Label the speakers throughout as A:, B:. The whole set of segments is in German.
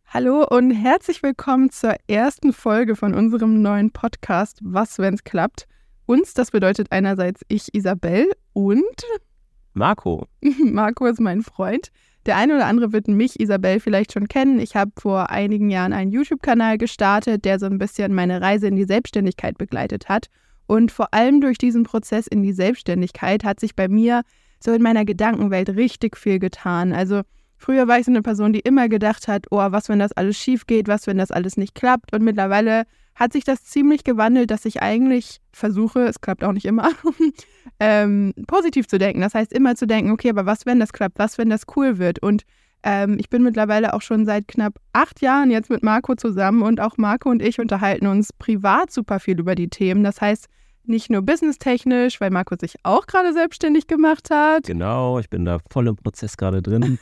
A: Hallo und herzlich willkommen zur ersten Folge von unserem neuen Podcast Was, wenn's klappt. Uns, das bedeutet einerseits ich, Isabel, und
B: Marco.
A: Marco ist mein Freund. Der eine oder andere wird mich, Isabel, vielleicht schon kennen. Ich habe vor einigen Jahren einen YouTube-Kanal gestartet, der so ein bisschen meine Reise in die Selbstständigkeit begleitet hat. Und vor allem durch diesen Prozess in die Selbstständigkeit hat sich bei mir so in meiner Gedankenwelt richtig viel getan. Also früher war ich so eine Person, die immer gedacht hat, oh, was, wenn das alles schief geht, was, wenn das alles nicht klappt. Und mittlerweile hat sich das ziemlich gewandelt, dass ich eigentlich versuche, es klappt auch nicht immer, positiv zu denken. Das heißt, immer zu denken, okay, aber was, wenn das klappt, was, wenn das cool wird. Und ich bin mittlerweile auch schon seit knapp 8 Jahren jetzt mit Marco zusammen und auch Marco und ich unterhalten uns privat super viel über die Themen. Das heißt, nicht nur businesstechnisch, weil Marco sich auch gerade selbstständig gemacht hat.
B: Genau, ich bin da voll im Prozess gerade drin.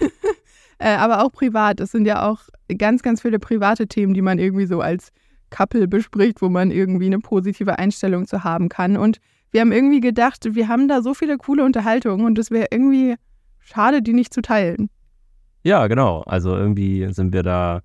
A: Aber auch privat. Es sind ja auch ganz, ganz viele private Themen, die man irgendwie so als Couple bespricht, wo man irgendwie eine positive Einstellung zu haben kann. Und wir haben irgendwie gedacht, wir haben da so viele coole Unterhaltungen und es wäre irgendwie schade, die nicht zu teilen.
B: Ja, genau. Also irgendwie sind wir da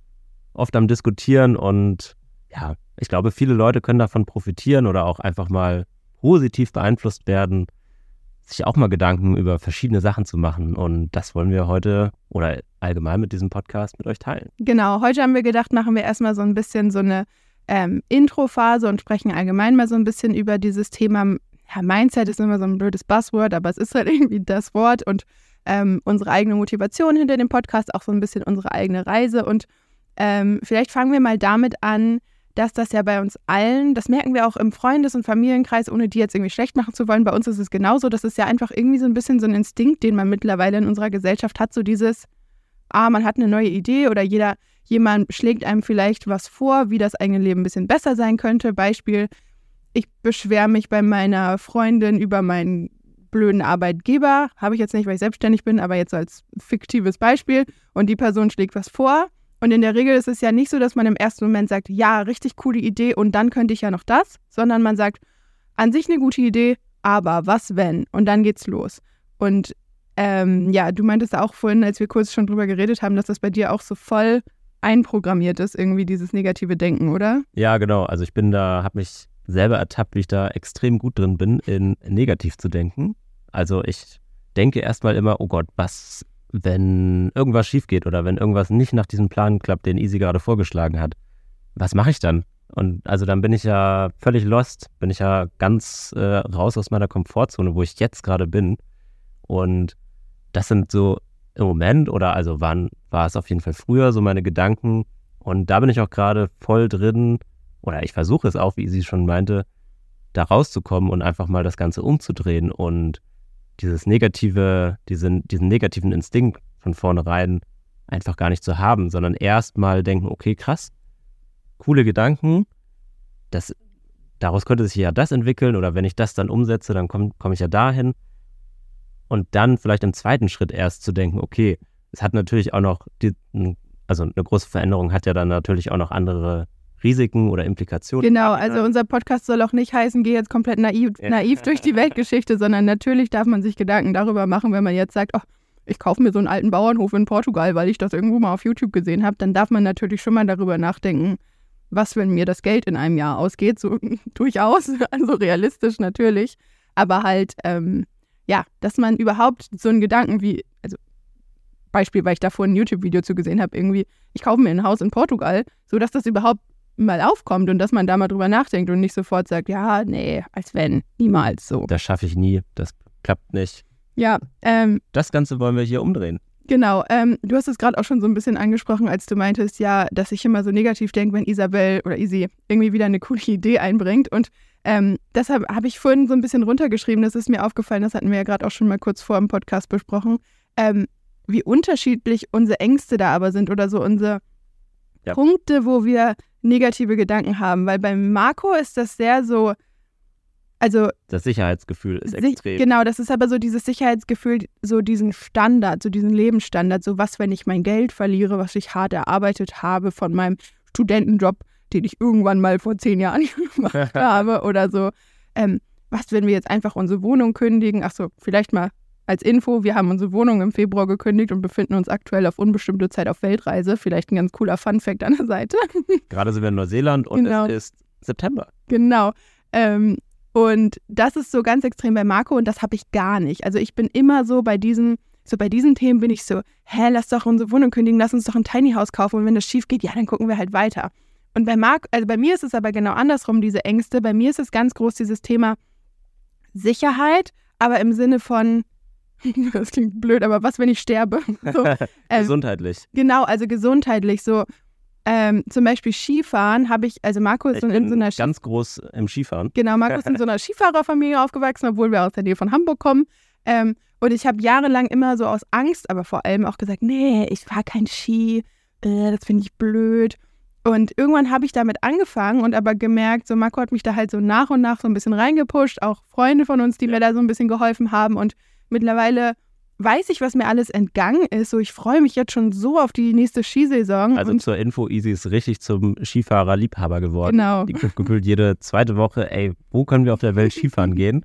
B: oft am Diskutieren und ja, ich glaube, viele Leute können davon profitieren oder auch einfach mal positiv beeinflusst werden, sich auch mal Gedanken über verschiedene Sachen zu machen. Und das wollen wir heute oder allgemein mit diesem Podcast mit euch teilen.
A: Genau, heute haben wir gedacht, machen wir erstmal so ein bisschen so eine Introphase und sprechen allgemein mal so ein bisschen über dieses Thema. Ja, Mindset ist immer so ein blödes Buzzword, aber es ist halt irgendwie das Wort und unsere eigene Motivation hinter dem Podcast, auch so ein bisschen unsere eigene Reise. Und vielleicht fangen wir mal damit an, dass das ja bei uns allen, das merken wir auch im Freundes- und Familienkreis, ohne die jetzt irgendwie schlecht machen zu wollen, bei uns ist es genauso, das ist ja einfach irgendwie so ein bisschen so ein Instinkt, den man mittlerweile in unserer Gesellschaft hat, so dieses, man hat eine neue Idee oder jemand schlägt einem vielleicht was vor, wie das eigene Leben ein bisschen besser sein könnte. Beispiel, ich beschwere mich bei meiner Freundin über meinen blöden Arbeitgeber, habe ich jetzt nicht, weil ich selbstständig bin, aber jetzt als fiktives Beispiel und die Person schlägt was vor. Und in der Regel ist es ja nicht so, dass man im ersten Moment sagt, ja, richtig coole Idee und dann könnte ich ja noch das, sondern man sagt, an sich eine gute Idee, aber was wenn? Und dann geht's los. Und ja, du meintest auch vorhin, als wir kurz schon drüber geredet haben, dass das bei dir auch so voll einprogrammiert ist, irgendwie dieses negative Denken, oder?
B: Ja, genau. Also ich habe mich selber ertappt, wie ich da extrem gut drin bin, in negativ zu denken. Also ich denke erstmal immer, oh Gott, was, wenn irgendwas schief geht oder wenn irgendwas nicht nach diesem Plan klappt, den Easy gerade vorgeschlagen hat, was mache ich dann? Und also dann bin ich ja völlig lost, bin ich ja ganz raus aus meiner Komfortzone, wo ich jetzt gerade bin. Und das sind so im Moment oder also war es auf jeden Fall früher so meine Gedanken. Und da bin ich auch gerade voll drin, oder ich versuche es auch, wie Easy schon meinte, da rauszukommen und einfach mal das Ganze umzudrehen und diesen negativen Instinkt von vornherein einfach gar nicht zu haben, sondern erst mal denken, okay, krass, coole Gedanken, daraus könnte sich ja das entwickeln oder wenn ich das dann umsetze, dann komm ich ja dahin und dann vielleicht im zweiten Schritt erst zu denken, okay, es hat natürlich auch noch, also eine große Veränderung hat ja dann natürlich auch noch andere Risiken oder Implikationen.
A: Genau, also unser Podcast soll auch nicht heißen, geh jetzt komplett naiv durch die Weltgeschichte, sondern natürlich darf man sich Gedanken darüber machen, wenn man jetzt sagt, oh, ich kaufe mir so einen alten Bauernhof in Portugal, weil ich das irgendwo mal auf YouTube gesehen habe, dann darf man natürlich schon mal darüber nachdenken, was, wenn mir das Geld in einem Jahr ausgeht, so durchaus, also realistisch natürlich, aber halt, ja, dass man überhaupt so einen Gedanken wie, also Beispiel, weil ich da vorhin ein YouTube-Video zu gesehen habe, irgendwie, ich kaufe mir ein Haus in Portugal, sodass das überhaupt mal aufkommt und dass man da mal drüber nachdenkt und nicht sofort sagt, ja, nee, als wenn, niemals so.
B: Das schaffe ich nie, das klappt nicht.
A: Ja,
B: das Ganze wollen wir hier umdrehen.
A: Genau, du hast es gerade auch schon so ein bisschen angesprochen, als du meintest, ja, dass ich immer so negativ denke, wenn Isabel oder Isi irgendwie wieder eine coole Idee einbringt und deshalb habe ich vorhin so ein bisschen runtergeschrieben, das ist mir aufgefallen, das hatten wir ja gerade auch schon mal kurz vor dem Podcast besprochen, wie unterschiedlich unsere Ängste da aber sind oder so unsere Punkte, wo wir negative Gedanken haben, weil bei Marco ist das sehr so, also
B: das Sicherheitsgefühl ist extrem.
A: Genau, das ist aber so dieses Sicherheitsgefühl, so diesen Standard, so diesen Lebensstandard, so was, wenn ich mein Geld verliere, was ich hart erarbeitet habe von meinem Studentenjob, den ich irgendwann mal vor 10 Jahren gemacht habe oder so. Was, wenn wir jetzt einfach unsere Wohnung kündigen? Ach so, vielleicht mal als Info, wir haben unsere Wohnung im Februar gekündigt und befinden uns aktuell auf unbestimmte Zeit auf Weltreise. Vielleicht ein ganz cooler Funfact an der Seite.
B: Gerade sind wir in Neuseeland und
A: Genau.
B: Es ist September.
A: Genau. Und das ist so ganz extrem bei Marco und das habe ich gar nicht. Also ich bin immer so bei diesen Themen bin ich so, lass doch unsere Wohnung kündigen, lass uns doch ein Tiny House kaufen und wenn das schief geht, ja, dann gucken wir halt weiter. Und bei Marco, also bei mir ist es aber genau andersrum, diese Ängste. Bei mir ist es ganz groß dieses Thema Sicherheit, aber im Sinne von, das klingt blöd, aber was, wenn ich sterbe? So,
B: Gesundheitlich.
A: Genau, also gesundheitlich so. Zum Beispiel Skifahren habe ich, also Marco ist in so einer
B: ganz groß im Skifahren.
A: Genau, Marco ist in so einer Skifahrerfamilie aufgewachsen, obwohl wir aus der Nähe von Hamburg kommen. Und ich habe jahrelang immer so aus Angst, aber vor allem auch gesagt, nee, ich fahre kein Ski, das finde ich blöd. Und irgendwann habe ich damit angefangen und aber gemerkt, so Marco hat mich da halt so nach und nach so ein bisschen reingepusht, auch Freunde von uns, die mir da so ein bisschen geholfen haben. Und mittlerweile weiß ich, was mir alles entgangen ist. So, ich freue mich jetzt schon so auf die nächste Skisaison.
B: Also zur Info, Easy ist richtig zum Skifahrer-Liebhaber geworden.
A: Genau.
B: Die guckt gefühlt jede zweite Woche, wo können wir auf der Welt Skifahren gehen?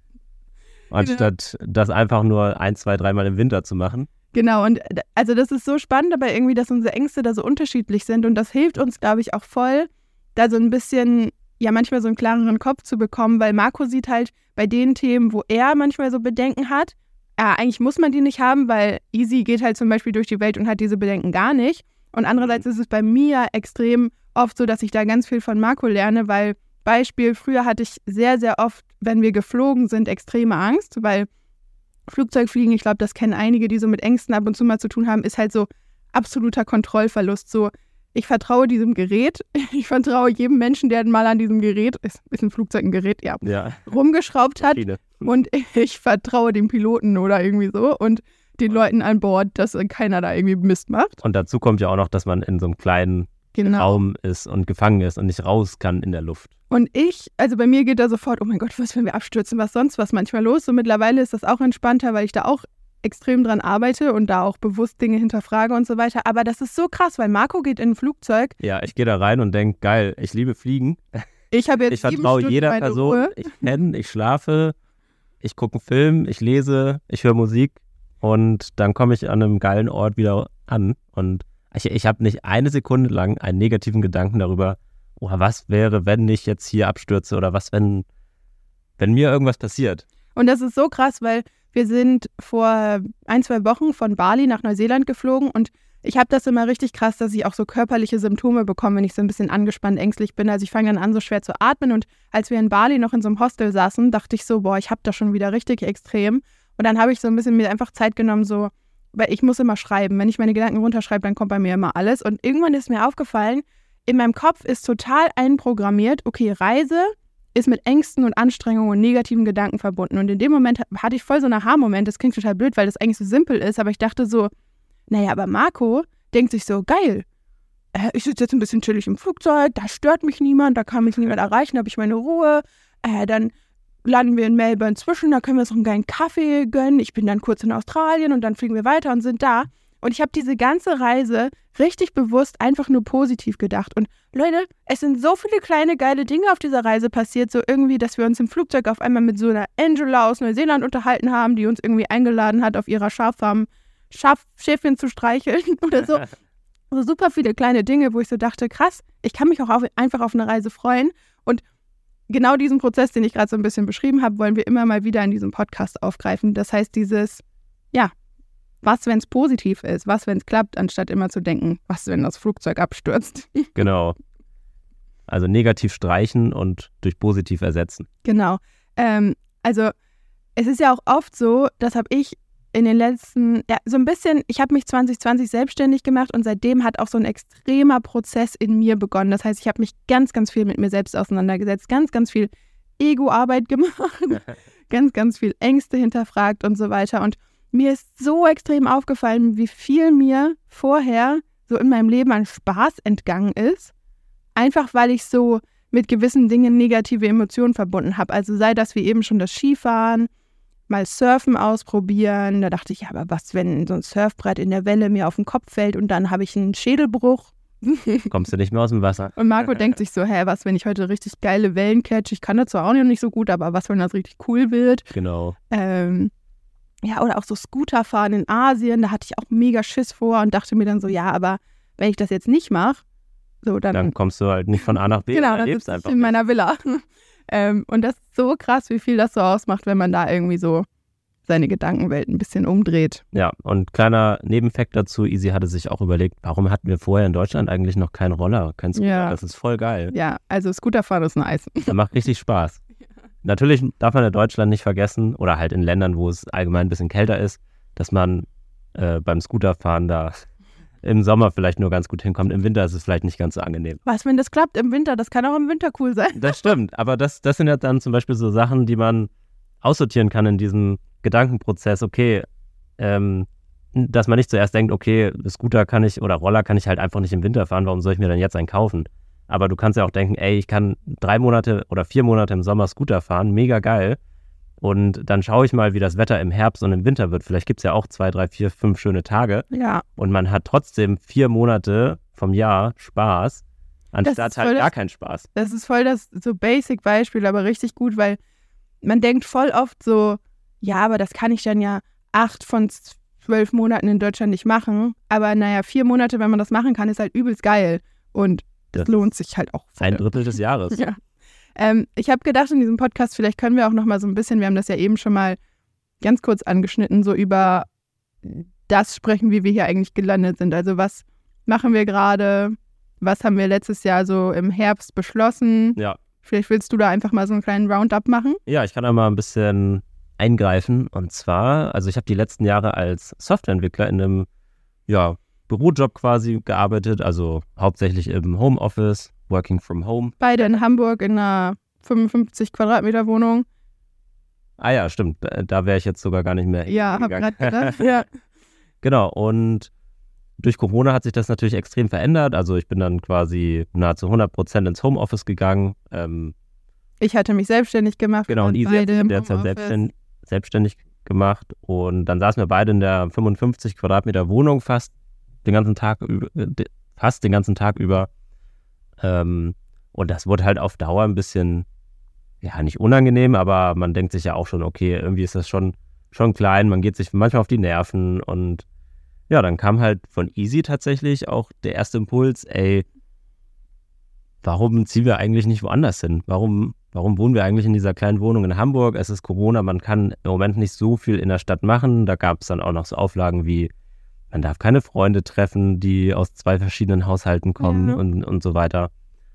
B: Anstatt das einfach nur 1, 2, 3 Mal im Winter zu machen.
A: Genau, und also das ist so spannend, aber irgendwie, dass unsere Ängste da so unterschiedlich sind und das hilft uns, glaube ich, auch voll, da so ein bisschen, ja manchmal so einen klareren Kopf zu bekommen, weil Marco sieht halt bei den Themen, wo er manchmal so Bedenken hat, eigentlich muss man die nicht haben, weil Easy geht halt zum Beispiel durch die Welt und hat diese Bedenken gar nicht. Und andererseits ist es bei mir extrem oft so, dass ich da ganz viel von Marco lerne, weil Beispiel, früher hatte ich sehr, sehr oft, wenn wir geflogen sind, extreme Angst, weil Flugzeugfliegen, ich glaube, das kennen einige, die so mit Ängsten ab und zu mal zu tun haben, ist halt so absoluter Kontrollverlust. So, ich vertraue diesem Gerät, ich vertraue jedem Menschen, der mal an diesem Gerät, ist ein Flugzeug ein Gerät, ja. Rumgeschraubt hat. Und ich vertraue dem Piloten oder irgendwie so und den Leuten an Bord, dass keiner da irgendwie Mist macht.
B: Und dazu kommt ja auch noch, dass man in so einem kleinen Raum ist und gefangen ist und nicht raus kann in der Luft.
A: Und also bei mir geht da sofort, oh mein Gott, was, wenn wir abstürzen, was sonst was manchmal los. So mittlerweile ist das auch entspannter, weil ich da auch extrem dran arbeite und da auch bewusst Dinge hinterfrage und so weiter. Aber das ist so krass, weil Marco geht in ein Flugzeug.
B: Ja, ich gehe da rein und denke, geil, ich liebe Fliegen.
A: Ich
B: vertraue jeder Person.
A: Ruhe.
B: Ich penne, ich schlafe, ich gucke einen Film, ich lese, ich höre Musik und dann komme ich an einem geilen Ort wieder an. Und ich habe nicht eine Sekunde lang einen negativen Gedanken darüber, was wäre, wenn ich jetzt hier abstürze oder was, wenn mir irgendwas passiert.
A: Und das ist so krass, weil wir sind vor 1, 2 Wochen von Bali nach Neuseeland geflogen und ich habe das immer richtig krass, dass ich auch so körperliche Symptome bekomme, wenn ich so ein bisschen angespannt, ängstlich bin. Also ich fange dann an, so schwer zu atmen und als wir in Bali noch in so einem Hostel saßen, dachte ich so, ich habe das schon wieder richtig extrem. Und dann habe ich so ein bisschen mir einfach Zeit genommen, so, weil ich muss immer schreiben. Wenn ich meine Gedanken runterschreibe, dann kommt bei mir immer alles. Und irgendwann ist mir aufgefallen, in meinem Kopf ist total einprogrammiert, okay, Reise ist mit Ängsten und Anstrengungen und negativen Gedanken verbunden. Und in dem Moment hatte ich voll so einen Aha-Moment. Das klingt total blöd, weil das eigentlich so simpel ist. Aber ich dachte so, naja, aber Marco denkt sich so, geil, ich sitze jetzt ein bisschen chillig im Flugzeug, da stört mich niemand, da kann mich niemand erreichen, da habe ich meine Ruhe. Dann landen wir in Melbourne zwischen, da können wir uns noch einen geilen Kaffee gönnen. Ich bin dann kurz in Australien und dann fliegen wir weiter und sind da. Und ich habe diese ganze Reise richtig bewusst einfach nur positiv gedacht. Und Leute, es sind so viele kleine geile Dinge auf dieser Reise passiert, so irgendwie, dass wir uns im Flugzeug auf einmal mit so einer Angela aus Neuseeland unterhalten haben, die uns irgendwie eingeladen hat, auf ihrer Schaffarm Schäfchen zu streicheln oder so. So super viele kleine Dinge, wo ich so dachte, krass, ich kann mich auch einfach auf eine Reise freuen. Und genau diesen Prozess, den ich gerade so ein bisschen beschrieben habe, wollen wir immer mal wieder in diesem Podcast aufgreifen. Das heißt, was, wenn es positiv ist, was, wenn es klappt, anstatt immer zu denken, was, wenn das Flugzeug abstürzt.
B: Genau. Also negativ streichen und durch positiv ersetzen.
A: Genau. Also es ist ja auch oft so, das habe ich in den letzten, so ein bisschen, ich habe mich 2020 selbstständig gemacht und seitdem hat auch so ein extremer Prozess in mir begonnen. Das heißt, ich habe mich ganz, ganz viel mit mir selbst auseinandergesetzt, ganz, ganz viel Ego-Arbeit gemacht, ganz, ganz viel Ängste hinterfragt und so weiter. Und mir ist so extrem aufgefallen, wie viel mir vorher so in meinem Leben an Spaß entgangen ist, einfach weil ich so mit gewissen Dingen negative Emotionen verbunden habe. Also sei das wie eben schon das Skifahren, mal Surfen ausprobieren. Da dachte ich, ja, aber was, wenn so ein Surfbrett in der Welle mir auf den Kopf fällt und dann habe ich einen Schädelbruch?
B: Kommst du nicht mehr aus dem Wasser.
A: Und Marco denkt sich so, was, wenn ich heute richtig geile Wellen catch? Ich kann das zwar auch noch nicht so gut, aber was, wenn das richtig cool wird?
B: Genau.
A: ja, oder auch so Scooterfahren in Asien, da hatte ich auch mega Schiss vor und dachte mir dann so, ja, aber wenn ich das jetzt nicht mache, so
B: Dann kommst du halt nicht von A nach B
A: genau,
B: und
A: dann
B: erlebst
A: sitze ich
B: einfach
A: in
B: nicht.
A: meiner Villa. Und das ist so krass, wie viel das so ausmacht, wenn man da irgendwie so seine Gedankenwelt ein bisschen umdreht.
B: Ja, und kleiner Nebenfakt dazu, Easy hatte sich auch überlegt, warum hatten wir vorher in Deutschland eigentlich noch keinen Roller, keinen Scooter?
A: Ja.
B: Das ist voll geil.
A: Ja, also Scooterfahren ist nice.
B: Das macht richtig Spaß. Natürlich darf man in Deutschland nicht vergessen, oder halt in Ländern, wo es allgemein ein bisschen kälter ist, dass man beim Scooterfahren da im Sommer vielleicht nur ganz gut hinkommt. Im Winter ist es vielleicht nicht ganz so angenehm.
A: Was, wenn das klappt im Winter? Das kann auch im Winter cool sein.
B: Das stimmt, aber das sind ja dann zum Beispiel so Sachen, die man aussortieren kann in diesem Gedankenprozess. Okay, dass man nicht zuerst denkt, okay, Scooter kann ich oder Roller kann ich halt einfach nicht im Winter fahren, warum soll ich mir dann jetzt einen kaufen? Aber du kannst ja auch denken, ey, ich kann 3 Monate oder 4 Monate im Sommer Scooter fahren, mega geil. Und dann schaue ich mal, wie das Wetter im Herbst und im Winter wird. Vielleicht gibt es ja auch 2, 3, 4, 5 schöne Tage.
A: Ja.
B: Und man hat trotzdem 4 Monate vom Jahr Spaß, anstatt halt gar keinen Spaß.
A: Das ist voll das so Basic-Beispiel, aber richtig gut, weil man denkt voll oft so, ja, aber das kann ich dann ja 8 von 12 Monaten in Deutschland nicht machen. Aber naja, 4 Monate, wenn man das machen kann, ist halt übelst geil. Und das lohnt sich halt auch voll.
B: 1/3 des Jahres.
A: Ja. Ich habe gedacht, in diesem Podcast, vielleicht können wir auch noch mal so ein bisschen, wir haben das ja eben schon mal ganz kurz angeschnitten, so über das sprechen, wie wir hier eigentlich gelandet sind. Also was machen wir gerade? Was haben wir letztes Jahr so im Herbst beschlossen?
B: Ja.
A: Vielleicht willst du da einfach mal so einen kleinen Roundup machen?
B: Ja, ich kann da mal ein bisschen eingreifen. Und zwar, also ich habe die letzten Jahre als Softwareentwickler in einem Bürojob quasi gearbeitet, also hauptsächlich im Homeoffice, Working from Home.
A: Beide in Hamburg in einer 55 Quadratmeter Wohnung.
B: Ah ja, stimmt. Da wäre ich jetzt sogar gar nicht mehr
A: Ja, hab
B: hingegangen.
A: gerade gedacht. Ja.
B: Genau, und durch Corona hat sich das natürlich extrem verändert. Also ich bin dann quasi nahezu 100% ins Homeoffice gegangen.
A: Ich hatte mich selbstständig gemacht.
B: Genau, und Easy hat
A: beide
B: sich
A: im
B: derzeit
A: Homeoffice.
B: selbstständig gemacht. Und dann saßen wir beide in der 55 Quadratmeter Wohnung fast den ganzen Tag über. Und das wurde halt auf Dauer ein bisschen, ja, nicht unangenehm, aber man denkt sich ja auch schon, okay, irgendwie ist das schon klein, man geht sich manchmal auf die Nerven und ja, dann kam halt von Easy tatsächlich auch der erste Impuls, ey, warum ziehen wir eigentlich nicht woanders hin? Warum wohnen wir eigentlich in dieser kleinen Wohnung in Hamburg? Es ist Corona, man kann im Moment nicht so viel in der Stadt machen. Da gab es dann auch noch so Auflagen wie, man darf keine Freunde treffen, die aus 2 verschiedenen Haushalten kommen und so weiter.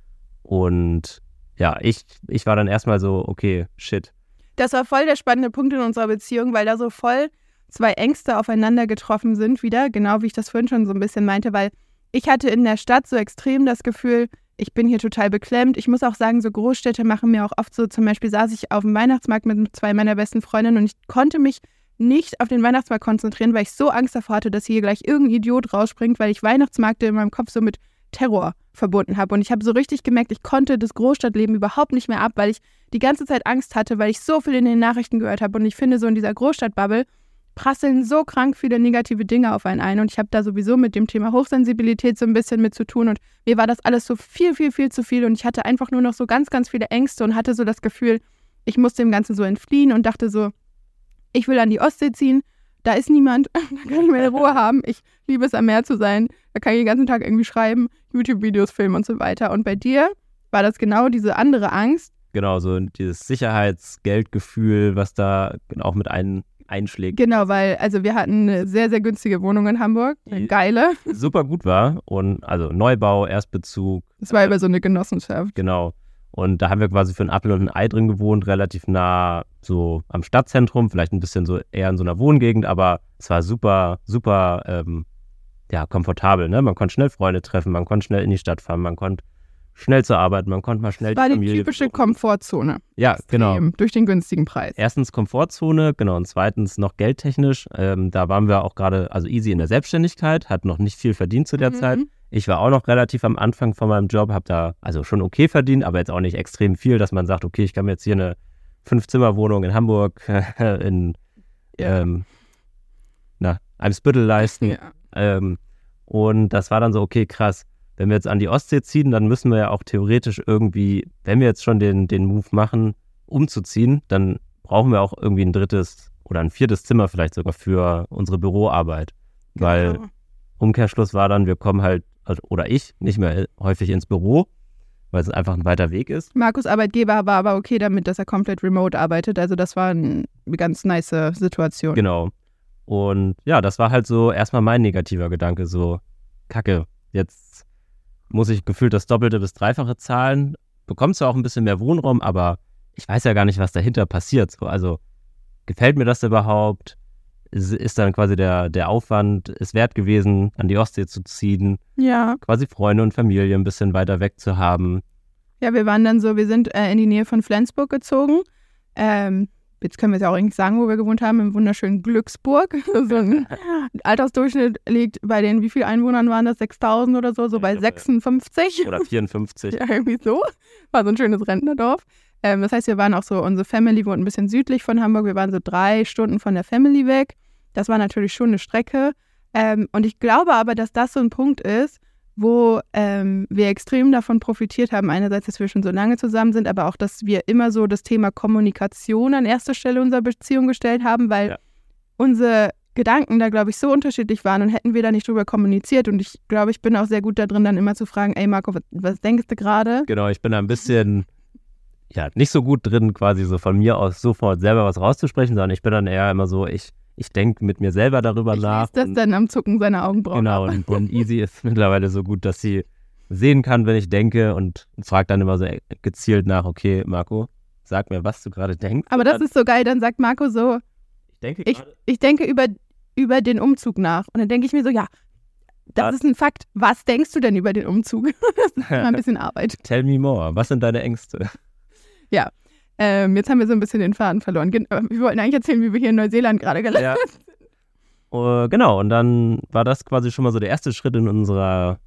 B: Und ja, ich war dann erstmal so, okay, shit.
A: Das war voll der spannende Punkt in unserer Beziehung, weil da so voll 2 Ängste aufeinander getroffen sind wieder, genau wie ich das vorhin schon so ein bisschen meinte, weil ich hatte in der Stadt so extrem das Gefühl, ich bin hier total beklemmt. Ich muss auch sagen, so Großstädte machen mir auch oft so, zum Beispiel saß ich auf dem Weihnachtsmarkt mit 2 meiner besten Freundinnen und ich konnte mich nicht auf den Weihnachtsmarkt konzentrieren, weil ich so Angst davor hatte, dass hier gleich irgendein Idiot rausspringt, weil ich Weihnachtsmärkte in meinem Kopf so mit Terror verbunden habe. Und ich habe so richtig gemerkt, ich konnte das Großstadtleben überhaupt nicht mehr ab, weil ich die ganze Zeit Angst hatte, weil ich so viel in den Nachrichten gehört habe. Und ich finde, so in dieser Großstadtbubble prasseln so krank viele negative Dinge auf einen ein. Und ich habe da sowieso mit dem Thema Hochsensibilität so ein bisschen mit zu tun. Und mir war das alles so viel, viel, viel zu viel. Und ich hatte einfach nur noch so ganz, ganz viele Ängste und hatte so das Gefühl, ich muss dem Ganzen so entfliehen und dachte so, ich will an die Ostsee ziehen, da ist niemand, da kann ich meine Ruhe haben. Ich liebe es, am Meer zu sein. Da kann ich den ganzen Tag irgendwie schreiben, YouTube-Videos filmen und so weiter. Und bei dir war das genau diese andere Angst.
B: Genau, so dieses Sicherheitsgeldgefühl, was da auch mit einschlägt.
A: Genau, weil also wir hatten eine sehr, sehr günstige Wohnung in Hamburg, eine geile.
B: Super gut war und also Neubau, Erstbezug.
A: Das war über so eine Genossenschaft.
B: Genau. Und da haben wir quasi für einen Apfel und ein Ei drin gewohnt, relativ nah so am Stadtzentrum, vielleicht ein bisschen so eher in so einer Wohngegend, aber es war super, super komfortabel. Ne? Man konnte schnell Freunde treffen, man konnte schnell in die Stadt fahren, man konnte schnell zur Arbeit, man konnte mal schnell
A: die Familie. War die typische Komfortzone.
B: Ja, genau.
A: Durch den günstigen Preis.
B: Erstens Komfortzone, genau, und zweitens noch geldtechnisch. Da waren wir auch gerade, also Easy in der Selbstständigkeit, hat noch nicht viel verdient zu der Zeit. Ich war auch noch relativ am Anfang von meinem Job, habe da also schon okay verdient, aber jetzt auch nicht extrem viel, dass man sagt, okay, ich kann mir jetzt hier eine 5-Zimmer-Wohnung in Hamburg Eimsbüttel leisten. Ja. Und das war dann so, okay, krass. Wenn wir jetzt an die Ostsee ziehen, dann müssen wir ja auch theoretisch irgendwie, wenn wir jetzt schon den Move machen, umzuziehen, dann brauchen wir auch irgendwie ein drittes oder ein 4. Zimmer vielleicht sogar für unsere Büroarbeit. Weil Umkehrschluss war dann, wir kommen halt, oder ich, nicht mehr häufig ins Büro, weil es einfach ein weiter Weg ist.
A: Markus' Arbeitgeber war aber okay damit, dass er komplett remote arbeitet. Also das war eine ganz nice Situation.
B: Genau. Und ja, das war halt so erstmal mein negativer Gedanke, so Kacke, jetzt muss ich gefühlt das Doppelte bis Dreifache zahlen, bekommst du auch ein bisschen mehr Wohnraum, aber ich weiß ja gar nicht, was dahinter passiert. So, also gefällt mir das überhaupt? Ist dann quasi der Aufwand es wert gewesen, an die Ostsee zu ziehen, quasi Freunde und Familie ein bisschen weiter weg zu haben.
A: Ja, wir waren dann so, wir sind in die Nähe von Flensburg gezogen. Jetzt können wir es ja auch eigentlich sagen, wo wir gewohnt haben, im wunderschönen Glücksburg. So ein Altersdurchschnitt liegt bei den, wie viele Einwohnern waren das? 6.000 oder so bei 56.
B: Oder 54.
A: Ja, irgendwie so. War so ein schönes Rentnerdorf. Das heißt, wir waren auch so, unsere Family wohnt ein bisschen südlich von Hamburg. Wir waren so 3 Stunden von der Family weg. Das war natürlich schon eine Strecke. Und ich glaube aber, dass das so ein Punkt ist, wo wir extrem davon profitiert haben. Einerseits, dass wir schon so lange zusammen sind, aber auch, dass wir immer so das Thema Kommunikation an erster Stelle unserer Beziehung gestellt haben, weil unsere Gedanken da, glaube ich, so unterschiedlich waren und hätten wir da nicht drüber kommuniziert. Und ich glaube, ich bin auch sehr gut da drin, dann immer zu fragen, ey Marco, was denkst du gerade?
B: Genau, ich bin da ein bisschen nicht so gut drin, quasi so von mir aus sofort selber was rauszusprechen, sondern ich bin dann eher immer so, ich denke mit mir selber darüber nach.
A: Ich lese das dann am Zucken seiner Augenbrauen.
B: Genau, und Easy ist mittlerweile so gut, dass sie sehen kann, wenn ich denke und fragt dann immer so gezielt nach, okay, Marco, sag mir, was du gerade denkst.
A: Aber das ist so geil, dann sagt Marco so, ich denke über den Umzug nach. Und dann denke ich mir so, ja, das ist ein Fakt. Was denkst du denn über den Umzug? Das ist mal ein bisschen Arbeit.
B: Tell me more. Was sind deine Ängste?
A: Ja, jetzt haben wir so ein bisschen den Faden verloren. Wir wollten eigentlich erzählen, wie wir hier in Neuseeland gerade gelandet sind.
B: Genau, und dann war das quasi schon mal so der erste Schritt in unserer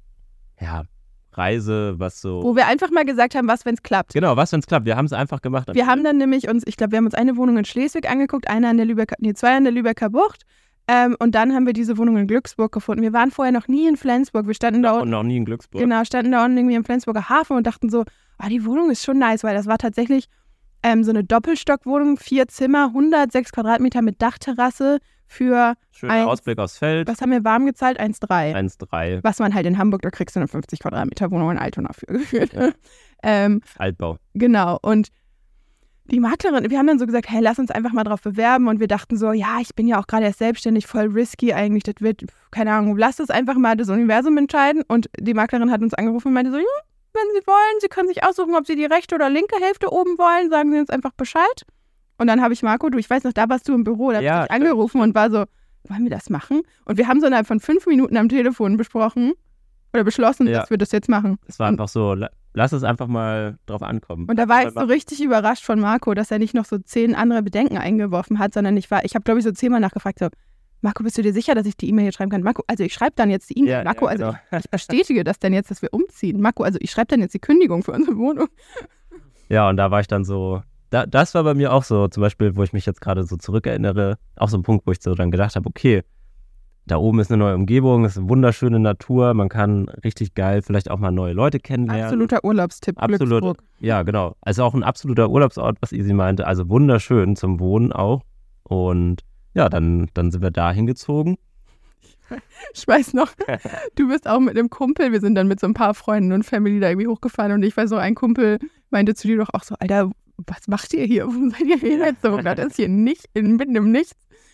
B: Reise, was so...
A: Wo wir einfach mal gesagt haben, was, wenn es klappt.
B: Genau, was, wenn es klappt. Wir haben es einfach gemacht.
A: Wir haben dann nämlich wir haben uns eine Wohnung in Schleswig angeguckt, zwei an der Lübecker Bucht. Und dann haben wir diese Wohnung in Glücksburg gefunden. Wir waren vorher noch nie in Flensburg. Wir standen da
B: und noch nie in Glücksburg.
A: Genau, standen da unten irgendwie im Flensburger Hafen und dachten so, die Wohnung ist schon nice, weil das war tatsächlich so eine Doppelstockwohnung, 4 Zimmer, 106 Quadratmeter mit Dachterrasse für
B: schöner Ausblick aufs Feld.
A: Was haben wir warm gezahlt? 1,3.
B: 1,3.
A: Was man halt in Hamburg, da kriegst du eine 50 Quadratmeter Wohnung in Altona für gefühlt.
B: Ja. Altbau.
A: Genau, und die Maklerin, wir haben dann so gesagt, hey, lass uns einfach mal drauf bewerben und wir dachten so, ja, ich bin ja auch gerade erst selbstständig, voll risky eigentlich, das wird, keine Ahnung, lass uns einfach mal das Universum entscheiden und die Maklerin hat uns angerufen und meinte so, ja, wenn Sie wollen, Sie können sich aussuchen, ob Sie die rechte oder linke Hälfte oben wollen, sagen Sie uns einfach Bescheid. Und dann habe ich Marco, ich weiß noch, da warst du im Büro, da habe ich dich angerufen und war so, wollen wir das machen? Und wir haben so innerhalb von 5 Minuten am Telefon beschlossen, dass wir das jetzt machen. Es
B: war einfach so, lass es einfach mal drauf ankommen.
A: Und da war ich so richtig überrascht von Marco, dass er nicht noch so 10 andere Bedenken eingeworfen hat, sondern ich habe, glaube ich, so 10-mal nachgefragt, so, Marco, bist du dir sicher, dass ich die E-Mail hier schreiben kann? Marco, also ich schreibe dann jetzt die E-Mail. Marco, also ich bestätige das dann jetzt, dass wir umziehen. Marco, also ich schreibe dann jetzt die Kündigung für unsere Wohnung.
B: Ja, und da war ich dann so, das war bei mir auch so, zum Beispiel, wo ich mich jetzt gerade so zurückerinnere, auch so ein Punkt, wo ich so dann gedacht habe, okay, da oben ist eine neue Umgebung, es ist eine wunderschöne Natur, man kann richtig geil vielleicht auch mal neue Leute kennenlernen.
A: Absoluter Urlaubstipp, Glücksburg.
B: Ja, genau. Also auch ein absoluter Urlaubsort, was Easy meinte, also wunderschön zum Wohnen auch. Und ja, dann sind wir da hingezogen.
A: Ich weiß noch, du bist auch mit einem Kumpel, wir sind dann mit so ein paar Freunden und Family da irgendwie hochgefahren und ich weiß so, ein Kumpel meinte zu dir doch auch so, Alter, was macht ihr hier? Wo seid ihr hingezogen? Das ist hier nicht, mitten im Nichts.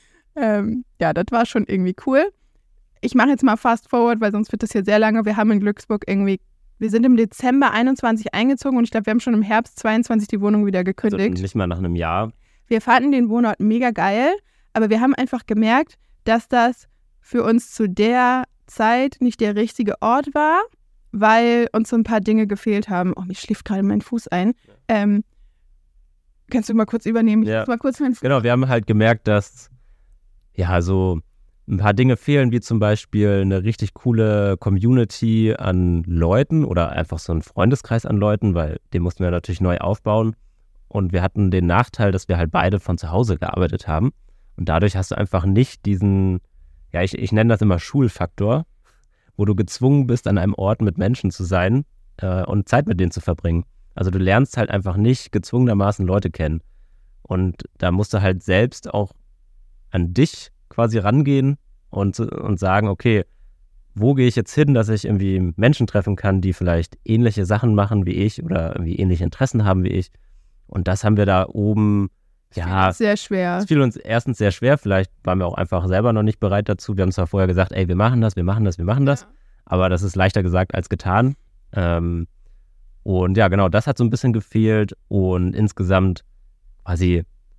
A: Das war schon irgendwie cool. Ich mache jetzt mal fast forward, weil sonst wird das hier sehr lange. Wir haben in Glücksburg wir sind im Dezember 21 eingezogen und ich glaube, wir haben schon im Herbst 22 die Wohnung wieder gekündigt.
B: Also nicht mal nach einem Jahr.
A: Wir fanden den Wohnort mega geil, aber wir haben einfach gemerkt, dass das für uns zu der Zeit nicht der richtige Ort war, weil uns so ein paar Dinge gefehlt haben. Oh, mir schläft gerade mein Fuß ein. Kannst du mal kurz übernehmen? Ich muss mal kurz meinen Fuß.
B: Genau, wir haben halt gemerkt, dass so ein paar Dinge fehlen, wie zum Beispiel eine richtig coole Community an Leuten oder einfach so ein Freundeskreis an Leuten, weil den mussten wir natürlich neu aufbauen. Und wir hatten den Nachteil, dass wir halt beide von zu Hause gearbeitet haben. Und dadurch hast du einfach nicht diesen, ich nenne das immer Schulfaktor, wo du gezwungen bist, an einem Ort mit Menschen zu sein und Zeit mit denen zu verbringen. Also du lernst halt einfach nicht gezwungenermaßen Leute kennen. Und da musst du halt selbst auch an dich quasi rangehen und sagen, okay, wo gehe ich jetzt hin, dass ich irgendwie Menschen treffen kann, die vielleicht ähnliche Sachen machen wie ich oder irgendwie ähnliche Interessen haben wie ich. Und das haben wir da oben,
A: sehr schwer.
B: Es fiel uns erstens sehr schwer, vielleicht waren wir auch einfach selber noch nicht bereit dazu. Wir haben zwar vorher gesagt, ey, wir machen das, aber das ist leichter gesagt als getan. Und ja, genau, das hat so ein bisschen gefehlt und insgesamt quasi,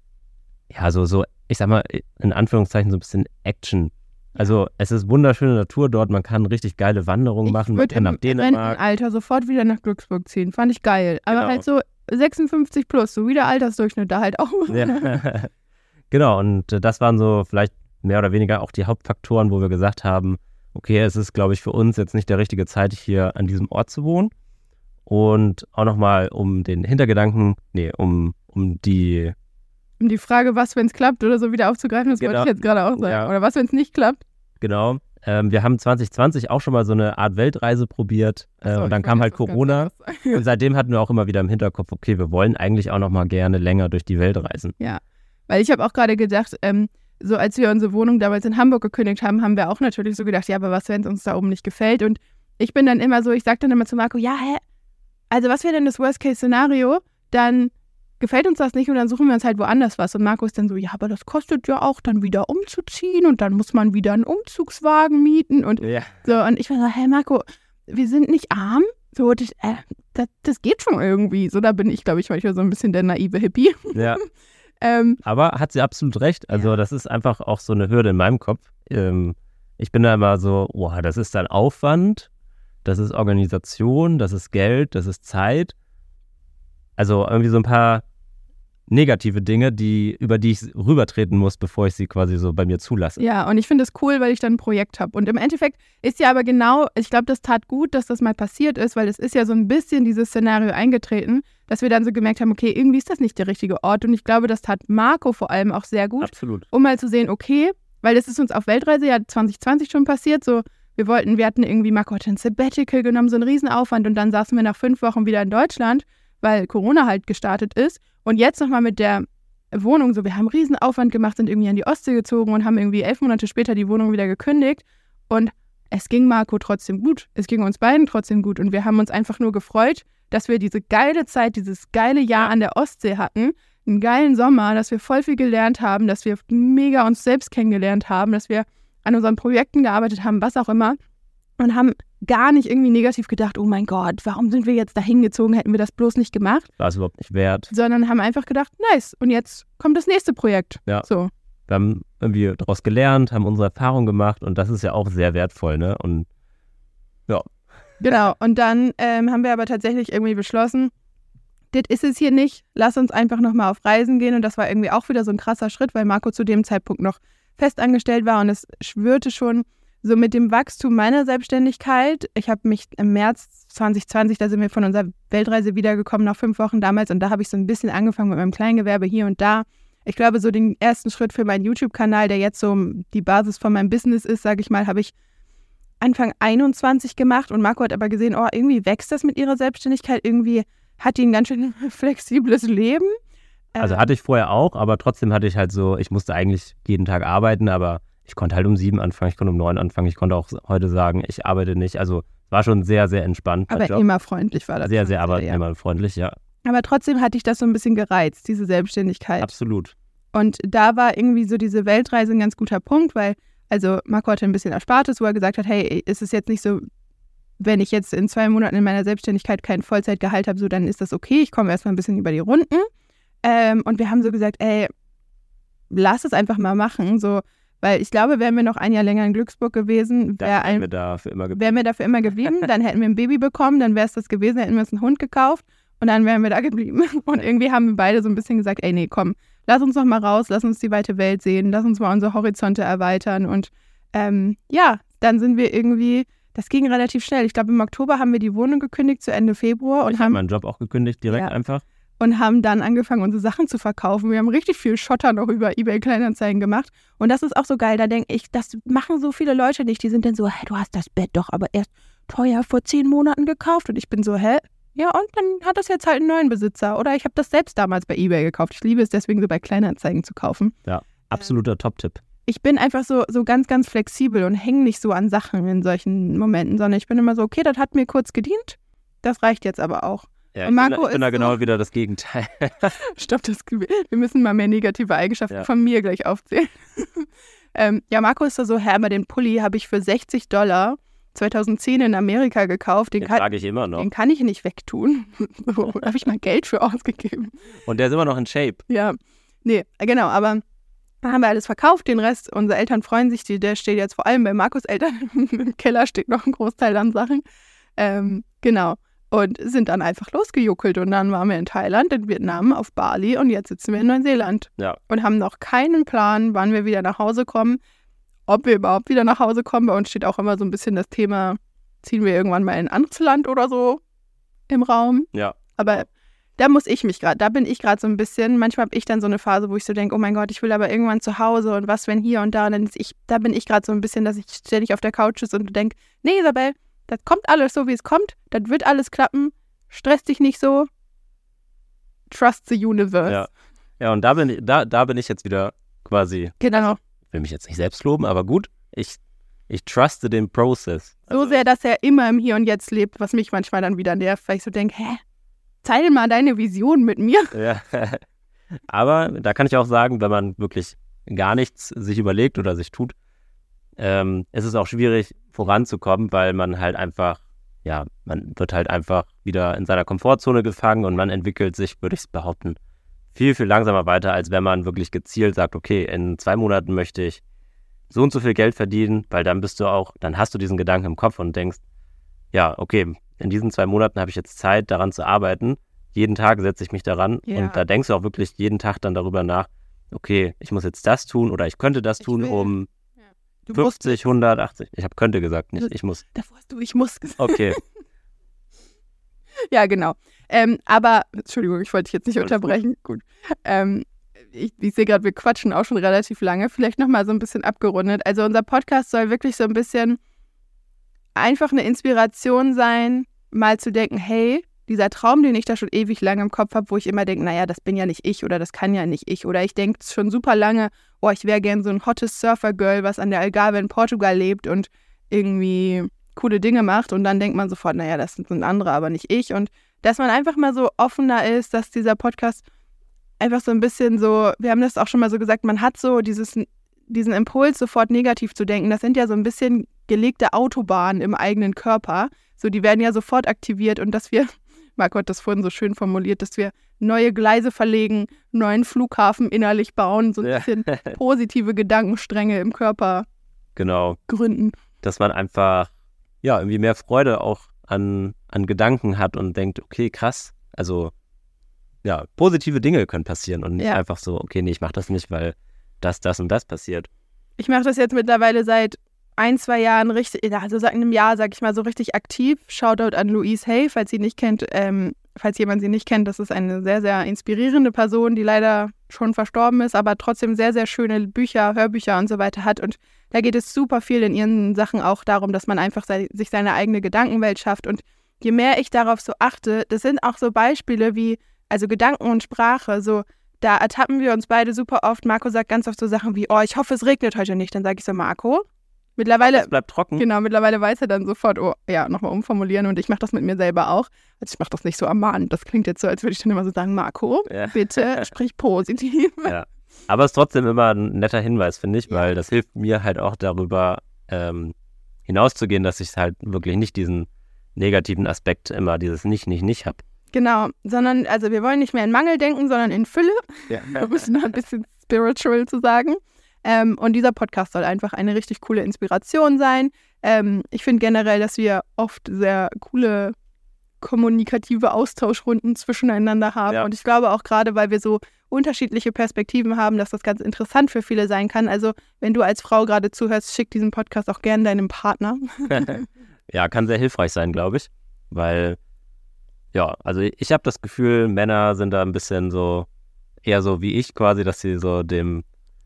B: so, ich sag mal, in Anführungszeichen so ein bisschen Action. Also es ist wunderschöne Natur dort, man kann richtig geile Wanderungen machen, man kann nach Dänemark.
A: Ich würde im Rentenalter sofort wieder nach Glücksburg ziehen, fand ich geil. Aber halt so 56 plus, so wie der Altersdurchschnitt da halt auch.
B: Ja. Genau, und das waren so vielleicht mehr oder weniger auch die Hauptfaktoren, wo wir gesagt haben, okay, es ist, glaube ich, für uns jetzt nicht der richtige Zeit, hier an diesem Ort zu wohnen. Und auch nochmal um den Hintergedanken, um die
A: Frage, was, wenn es klappt oder so wieder aufzugreifen, das wollte ich jetzt gerade auch sagen. Ja. Oder was, wenn es nicht klappt?
B: Genau. Wir haben 2020 auch schon mal so eine Art Weltreise probiert und dann kam halt Corona und seitdem hatten wir auch immer wieder im Hinterkopf, okay, wir wollen eigentlich auch noch mal gerne länger durch die Welt reisen.
A: Ja, weil ich habe auch gerade gedacht, so als wir unsere Wohnung damals in Hamburg gekündigt haben, haben wir auch natürlich so gedacht, ja, aber was, wenn es uns da oben nicht gefällt? Und ich bin dann immer so, ich sage dann immer zu Marco, also was wäre denn das Worst-Case-Szenario? Dann gefällt uns das nicht und dann suchen wir uns halt woanders was. Und Marco ist dann so, ja, aber das kostet ja auch, dann wieder umzuziehen und dann muss man wieder einen Umzugswagen mieten und so. Und ich war so, hey Marco, wir sind nicht arm. So, das geht schon irgendwie. So, da bin ich, glaube ich, manchmal so ein bisschen der naive Hippie.
B: Ja. Aber hat sie absolut recht. Also das ist einfach auch so eine Hürde in meinem Kopf. Ich bin da immer so, das ist dann Aufwand, das ist Organisation, das ist Geld, das ist Zeit. Also irgendwie so ein paar negative Dinge, über die ich rübertreten muss, bevor ich sie quasi so bei mir zulasse.
A: Ja, und ich finde es cool, weil ich dann ein Projekt habe. Und im Endeffekt ist ja aber genau, ich glaube, das tat gut, dass das mal passiert ist, weil es ist ja so ein bisschen dieses Szenario eingetreten, dass wir dann so gemerkt haben, okay, irgendwie ist das nicht der richtige Ort. Und ich glaube, das tat Marco vor allem auch sehr gut.
B: Absolut.
A: Um mal zu sehen, okay, weil das ist uns auf Weltreise ja 2020 schon passiert, so wir hatten irgendwie, Marco hatte ein Sabbatical genommen, so einen Riesenaufwand und dann saßen wir nach 5 Wochen wieder in Deutschland, weil Corona halt gestartet ist. Und jetzt nochmal mit der Wohnung, so wir haben einen Riesenaufwand gemacht, sind irgendwie an die Ostsee gezogen und haben irgendwie 11 Monate später die Wohnung wieder gekündigt. Und es ging Marco trotzdem gut. Es ging uns beiden trotzdem gut. Und wir haben uns einfach nur gefreut, dass wir diese geile Zeit, dieses geile Jahr an der Ostsee hatten, einen geilen Sommer, dass wir voll viel gelernt haben, dass wir mega uns selbst kennengelernt haben, dass wir an unseren Projekten gearbeitet haben, was auch immer. Und haben gar nicht irgendwie negativ gedacht, oh mein Gott, warum sind wir jetzt da hingezogen, hätten wir das bloß nicht gemacht.
B: War es überhaupt nicht wert.
A: Sondern haben einfach gedacht, nice, und jetzt kommt das nächste Projekt.
B: Ja.
A: So.
B: Wir haben irgendwie daraus gelernt, haben unsere Erfahrungen gemacht und das ist ja auch sehr wertvoll, ne? Und ja.
A: Genau, und dann haben wir aber tatsächlich irgendwie beschlossen, das ist es hier nicht, lass uns einfach nochmal auf Reisen gehen und das war irgendwie auch wieder so ein krasser Schritt, weil Marco zu dem Zeitpunkt noch festangestellt war und es schwirrte schon so mit dem Wachstum meiner Selbstständigkeit. Ich habe mich im März 2020, da sind wir von unserer Weltreise wiedergekommen, nach 5 Wochen damals. Und da habe ich so ein bisschen angefangen mit meinem Kleingewerbe hier und da. Ich glaube, so den ersten Schritt für meinen YouTube-Kanal, der jetzt so die Basis von meinem Business ist, sage ich mal, habe ich Anfang 21 gemacht. Und Marco hat aber gesehen, irgendwie wächst das mit ihrer Selbstständigkeit. Irgendwie hat die ein ganz schön flexibles Leben.
B: Also hatte ich vorher auch, aber trotzdem hatte ich halt so, ich musste eigentlich jeden Tag arbeiten, aber ich konnte halt um 7 anfangen, ich konnte um 9 anfangen, ich konnte auch heute sagen, ich arbeite nicht. Also war schon sehr, sehr entspannt.
A: Aber immer freundlich war das.
B: Sehr, sehr arbeitnehmerfreundlich, ja.
A: Aber trotzdem hatte ich das so ein bisschen gereizt, diese Selbstständigkeit.
B: Absolut.
A: Und da war irgendwie so diese Weltreise ein ganz guter Punkt, weil, also Marco hatte ein bisschen Erspartes, wo er gesagt hat, hey, ist es jetzt nicht so, wenn ich jetzt in 2 Monaten in meiner Selbstständigkeit kein Vollzeitgehalt habe, so dann ist das okay, ich komme erstmal ein bisschen über die Runden. Und wir haben so gesagt, lass es einfach mal machen, so. Weil ich glaube, wären wir noch ein Jahr länger in Glücksburg gewesen, wären wir da für immer geblieben. Dann hätten wir ein Baby bekommen, dann wäre es das gewesen, hätten wir uns einen Hund gekauft und dann wären wir da geblieben. Und irgendwie haben wir beide so ein bisschen gesagt, nee, komm, lass uns noch mal raus, lass uns die weite Welt sehen, lass uns mal unsere Horizonte erweitern. Und dann sind wir irgendwie, das ging relativ schnell. Ich glaube, im Oktober haben wir die Wohnung gekündigt zu Ende Februar.
B: Ich habe meinen Job auch gekündigt, direkt einfach.
A: Und haben dann angefangen, unsere Sachen zu verkaufen. Wir haben richtig viel Schotter noch über eBay-Kleinanzeigen gemacht. Und das ist auch so geil. Da denke ich, das machen so viele Leute nicht. Die sind dann so, du hast das Bett doch aber erst teuer vor 10 Monaten gekauft. Und ich bin so, ja, und dann hat das jetzt halt einen neuen Besitzer. Oder ich habe das selbst damals bei eBay gekauft. Ich liebe es deswegen, so bei Kleinanzeigen zu kaufen.
B: Ja. Absoluter Top-Tipp.
A: Ich bin einfach so ganz, ganz flexibel und hänge nicht so an Sachen in solchen Momenten, sondern ich bin immer so, okay, das hat mir kurz gedient, das reicht jetzt aber auch.
B: Ja,
A: Und Marco
B: ich bin da
A: ist
B: genau wieder das Gegenteil.
A: Stopp, wir müssen mal mehr negative Eigenschaften von mir gleich aufzählen. Marco ist da so, aber den Pulli habe ich für $60 2010 in Amerika gekauft.
B: Den trage ich immer noch.
A: Den kann ich nicht wegtun. So, da habe ich mal Geld für ausgegeben.
B: Und der ist immer noch in Shape.
A: Ja, nee, genau, aber da haben wir alles verkauft, den Rest, unsere Eltern freuen sich, der steht jetzt vor allem bei Markus Eltern, im Keller steht noch ein Großteil an Sachen. Genau, und sind dann einfach losgejuckelt und dann waren wir in Thailand, in Vietnam, auf Bali und jetzt sitzen wir in Neuseeland.
B: Ja.
A: Und haben noch keinen Plan, wann wir wieder nach Hause kommen, ob wir überhaupt wieder nach Hause kommen. Bei uns steht auch immer so ein bisschen das Thema, ziehen wir irgendwann mal in ein anderes Land oder so im Raum.
B: Ja.
A: Aber da bin ich gerade so ein bisschen, manchmal habe ich dann so eine Phase, wo ich so denke, oh mein Gott, ich will aber irgendwann zu Hause und was, wenn hier und da. Und dann da bin ich gerade so ein bisschen, dass ich ständig auf der Couch sitze und denke, nee, Isabel, das kommt alles so, wie es kommt, das wird alles klappen, stress dich nicht so, trust the universe.
B: Ja, und da bin ich jetzt wieder quasi,
A: Genau.
B: Ich will mich jetzt nicht selbst loben, aber gut, ich truste den Prozess.
A: So sehr, dass er immer im Hier und Jetzt lebt, was mich manchmal dann wieder nervt, weil ich so denke, teile mal deine Vision mit mir.
B: Ja, aber da kann ich auch sagen, wenn man wirklich gar nichts sich überlegt oder sich tut, ist es auch schwierig voranzukommen, weil man halt einfach, man wird halt einfach wieder in seiner Komfortzone gefangen und man entwickelt sich, würde ich behaupten, viel, viel langsamer weiter, als wenn man wirklich gezielt sagt, okay, in 2 Monaten möchte ich so und so viel Geld verdienen, weil dann hast du diesen Gedanken im Kopf und denkst, ja, okay, in diesen 2 Monaten habe ich jetzt Zeit, daran zu arbeiten. Jeden Tag setze ich mich daran und da denkst du auch wirklich jeden Tag dann darüber nach, okay, ich muss jetzt das tun oder ich könnte das tun, um 50, 100, 80. Ich habe könnte gesagt, nicht ich muss.
A: Davor hast du, ich muss gesagt.
B: Okay.
A: Ja, genau. Aber, Entschuldigung, ich wollte dich jetzt nicht unterbrechen. Gut. Ich sehe gerade, wir quatschen auch schon relativ lange. Vielleicht nochmal so ein bisschen abgerundet. Also unser Podcast soll wirklich so ein bisschen einfach eine Inspiration sein, mal zu denken, hey, dieser Traum, den ich da schon ewig lange im Kopf habe, wo ich immer denke, naja, das bin ja nicht ich oder das kann ja nicht ich. Oder ich denke schon super lange, ich wäre gern so ein hottes Surfer-Girl, was an der Algarve in Portugal lebt und irgendwie coole Dinge macht. Und dann denkt man sofort, naja, das sind andere, aber nicht ich. Und dass man einfach mal so offener ist, dass dieser Podcast einfach so ein bisschen so, wir haben das auch schon mal so gesagt, man hat so diesen Impuls, sofort negativ zu denken. Das sind ja so ein bisschen gelegte Autobahnen im eigenen Körper. So, die werden ja sofort aktiviert und dass wir, Marco hat das vorhin so schön formuliert, dass wir neue Gleise verlegen, neuen Flughafen innerlich bauen, so ein bisschen positive Gedankenstränge im Körper gründen.
B: Dass man einfach, irgendwie mehr Freude auch an Gedanken hat und denkt, okay, krass, also, positive Dinge können passieren und nicht einfach so, okay, nee, ich mache das nicht, weil das und das passiert.
A: Ich mache das jetzt mittlerweile seit 1-2 Jahren richtig, also seit einem Jahr, sag ich mal, so richtig aktiv. Shoutout an Louise Hay, falls jemand sie nicht kennt, das ist eine sehr, sehr inspirierende Person, die leider schon verstorben ist, aber trotzdem sehr, sehr schöne Bücher, Hörbücher und so weiter hat. Und da geht es super viel in ihren Sachen auch darum, dass man einfach sich seine eigene Gedankenwelt schafft. Und je mehr ich darauf so achte, das sind auch so Beispiele wie, also Gedanken und Sprache, so, da ertappen wir uns beide super oft. Marco sagt ganz oft so Sachen wie, ich hoffe, es regnet heute nicht. Dann sage ich so, Marco,
B: es bleibt trocken.
A: Genau, mittlerweile weiß er dann sofort, nochmal umformulieren und ich mache das mit mir selber auch. Also ich mache das nicht so ermahnend. Das klingt jetzt so, als würde ich dann immer so sagen, Marco, bitte sprich positiv.
B: Ja. Aber es ist trotzdem immer ein netter Hinweis, finde ich, weil das hilft mir halt auch darüber hinauszugehen, dass ich halt wirklich nicht diesen negativen Aspekt immer, dieses nicht habe.
A: Genau, sondern, also wir wollen nicht mehr in Mangel denken, sondern in Fülle.
B: Ja.
A: Um es noch ein bisschen spiritual zu sagen. Und dieser Podcast soll einfach eine richtig coole Inspiration sein. Ich finde generell, dass wir oft sehr coole kommunikative Austauschrunden zwischeneinander haben. Und ich glaube auch gerade, weil wir so unterschiedliche Perspektiven haben, dass das ganz interessant für viele sein kann. Also wenn du als Frau gerade zuhörst, schick diesen Podcast auch gerne deinem Partner.
B: Ja, kann sehr hilfreich sein, glaube ich. Weil, also ich habe das Gefühl, Männer sind da ein bisschen so, eher so wie ich quasi, dass sie so dem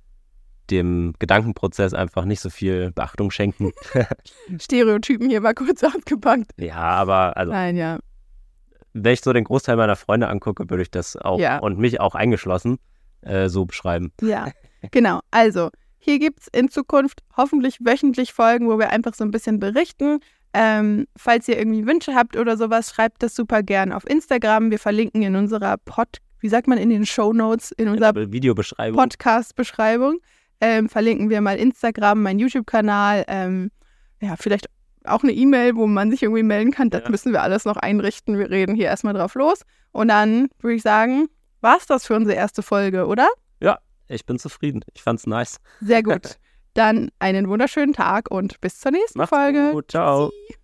B: Gedankenprozess einfach nicht so viel Beachtung schenken.
A: Stereotypen hier mal kurz ausgepackt.
B: Ja, aber also
A: Nein,
B: wenn ich so den Großteil meiner Freunde angucke, würde ich das auch und mich auch eingeschlossen so beschreiben.
A: Ja, Genau, also hier gibt es in Zukunft hoffentlich wöchentlich Folgen, wo wir einfach so ein bisschen berichten. Falls ihr irgendwie Wünsche habt oder sowas, schreibt das super gern auf Instagram. Wir verlinken in unserer in den Shownotes, in unserer
B: Videobeschreibung.
A: Podcast-Beschreibung, verlinken wir mal Instagram, meinen YouTube-Kanal, vielleicht auch eine E-Mail, wo man sich irgendwie melden kann. Das müssen wir alles noch einrichten. Wir reden hier erstmal drauf los. Und dann würde ich sagen, war's das für unsere erste Folge, oder?
B: Ja, ich bin zufrieden. Ich fand's nice.
A: Sehr gut. Dann einen wunderschönen Tag und bis zur nächsten Folge.
B: Gut, ciao.
A: Tschüssi.